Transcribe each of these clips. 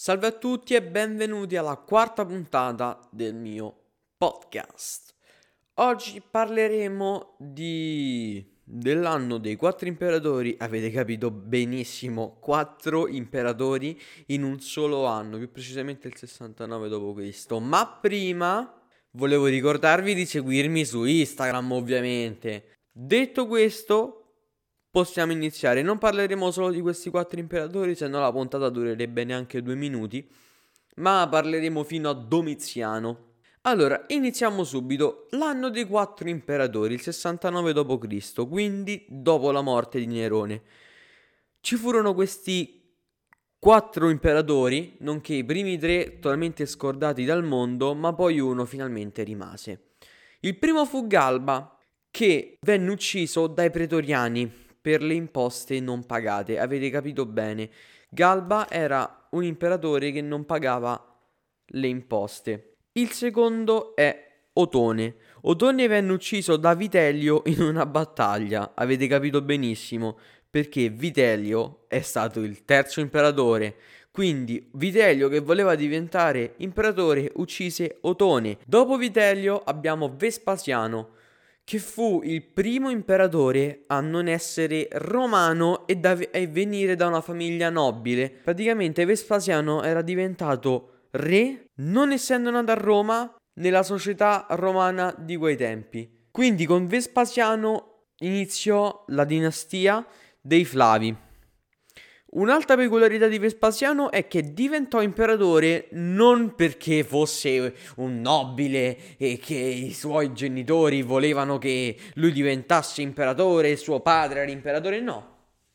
Salve a tutti e benvenuti alla quarta puntata del mio podcast. Oggi parleremo dell'anno dei quattro imperatori. Avete capito benissimo, quattro imperatori in un solo anno, più precisamente il 69 d.C. Ma prima volevo ricordarvi di seguirmi su Instagram, ovviamente. Detto questo, possiamo iniziare. Non parleremo solo di questi quattro imperatori, se no la puntata durerebbe neanche 2 minuti, ma parleremo fino a Domiziano. Allora, iniziamo subito. L'anno dei quattro imperatori, il 69 d.C., quindi dopo la morte di Nerone. Ci furono questi quattro imperatori, nonché i primi tre totalmente scordati dal mondo, ma poi uno finalmente rimase. Il primo fu Galba, che venne ucciso dai pretoriani per le imposte non pagate. Avete capito bene, Galba era un imperatore che non pagava le imposte. Il secondo è Otone. Otone venne ucciso da Vitellio in una battaglia. Avete capito benissimo, perché Vitellio è stato il terzo imperatore. Quindi Vitellio, che voleva diventare imperatore, uccise Otone. Dopo Vitellio abbiamo Vespasiano, che fu il primo imperatore a non essere romano e venire da una famiglia nobile. Praticamente Vespasiano era diventato re non essendo nato a Roma nella società romana di quei tempi. Quindi con Vespasiano iniziò la dinastia dei Flavi. Un'altra peculiarità di Vespasiano è che diventò imperatore non perché fosse un nobile e che i suoi genitori volevano che lui diventasse imperatore e suo padre era imperatore, no.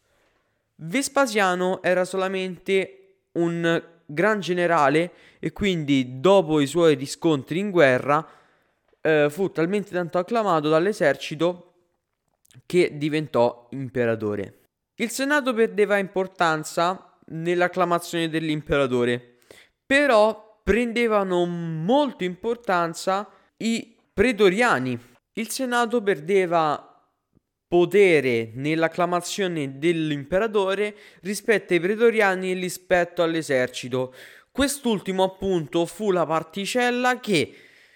Vespasiano era solamente un gran generale e quindi dopo i suoi riscontri in guerra fu talmente tanto acclamato dall'esercito che diventò imperatore. Il Senato perdeva importanza nell'acclamazione dell'imperatore, però prendevano molto importanza i pretoriani. Il Senato perdeva potere nell'acclamazione dell'imperatore rispetto ai pretoriani e rispetto all'esercito. Quest'ultimo appunto fu la particella che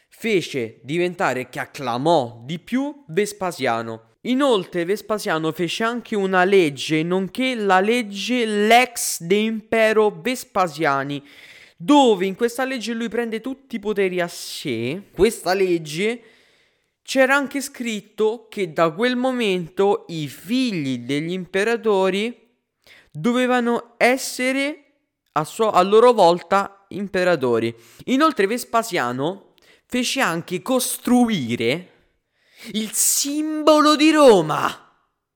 che acclamò di più Vespasiano. Inoltre Vespasiano fece anche una legge, nonché la legge Lex de Impero Vespasiani, dove in questa legge lui prende tutti i poteri a sé. Questa legge c'era anche scritto che da quel momento i figli degli imperatori dovevano essere a loro volta imperatori. Inoltre Vespasiano fece anche costruire il simbolo di Roma,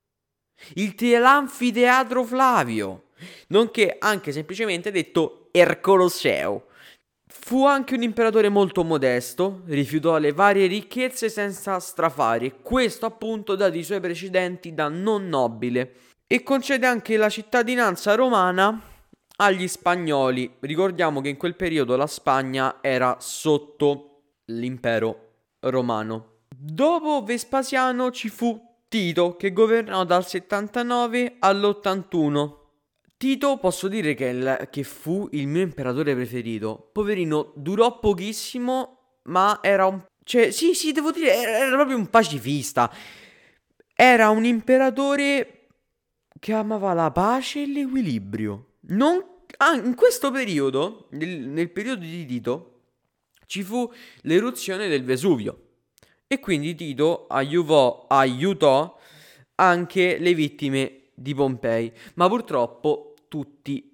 l'anfiteatro Flavio, nonché anche semplicemente detto Ercolosseo. Fu anche un imperatore molto modesto, rifiutò le varie ricchezze senza strafare, questo appunto dati i suoi precedenti da non nobile, e concede anche la cittadinanza romana agli spagnoli. Ricordiamo che in quel periodo la Spagna era sotto l'impero romano. Dopo Vespasiano ci fu Tito, che governò dal 79 all'81. Tito posso dire che fu il mio imperatore preferito. Poverino, durò pochissimo, ma era un... Cioè, sì, devo dire, era proprio un pacifista. Era un imperatore che amava la pace e l'equilibrio. In questo periodo, nel periodo di Tito, ci fu l'eruzione del Vesuvio. E quindi Tito aiutò anche le vittime di Pompei. Ma purtroppo tutti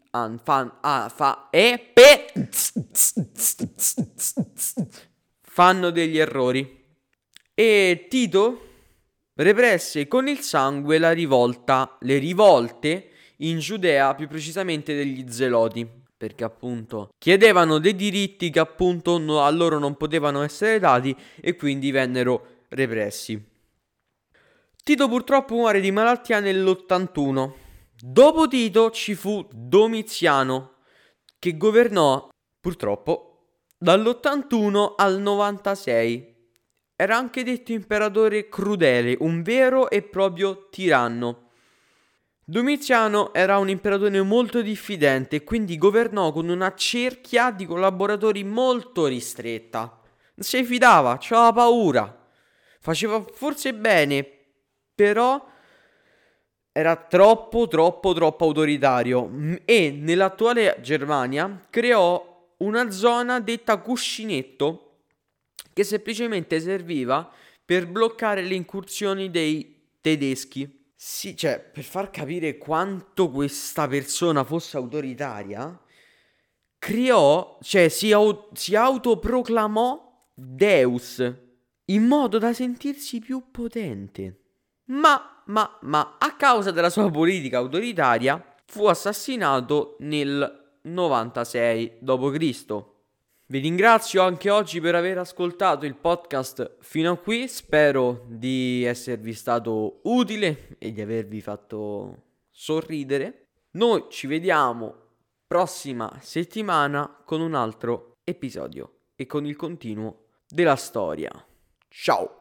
fanno degli errori. E Tito represse con il sangue le rivolte in Giudea, più precisamente degli Zeloti, perché appunto chiedevano dei diritti che appunto a loro non potevano essere dati e quindi vennero repressi. Tito purtroppo muore di malattia nell'81. Dopo Tito ci fu Domiziano, che governò purtroppo dall'81 al 96. Era anche detto imperatore crudele, un vero e proprio tiranno. Domiziano era un imperatore molto diffidente e quindi governò con una cerchia di collaboratori molto ristretta. Non si fidava, c'aveva paura, faceva forse bene, però era troppo autoritario e nell'attuale Germania creò una zona detta cuscinetto che semplicemente serviva per bloccare le incursioni dei tedeschi. Sì, cioè, per far capire quanto questa persona fosse autoritaria, si autoproclamò Deus in modo da sentirsi più potente. Ma, a causa della sua politica autoritaria, fu assassinato nel 96 d.C. Vi ringrazio anche oggi per aver ascoltato il podcast fino a qui, spero di esservi stato utile e di avervi fatto sorridere. Noi ci vediamo prossima settimana con un altro episodio e con il continuo della storia. Ciao!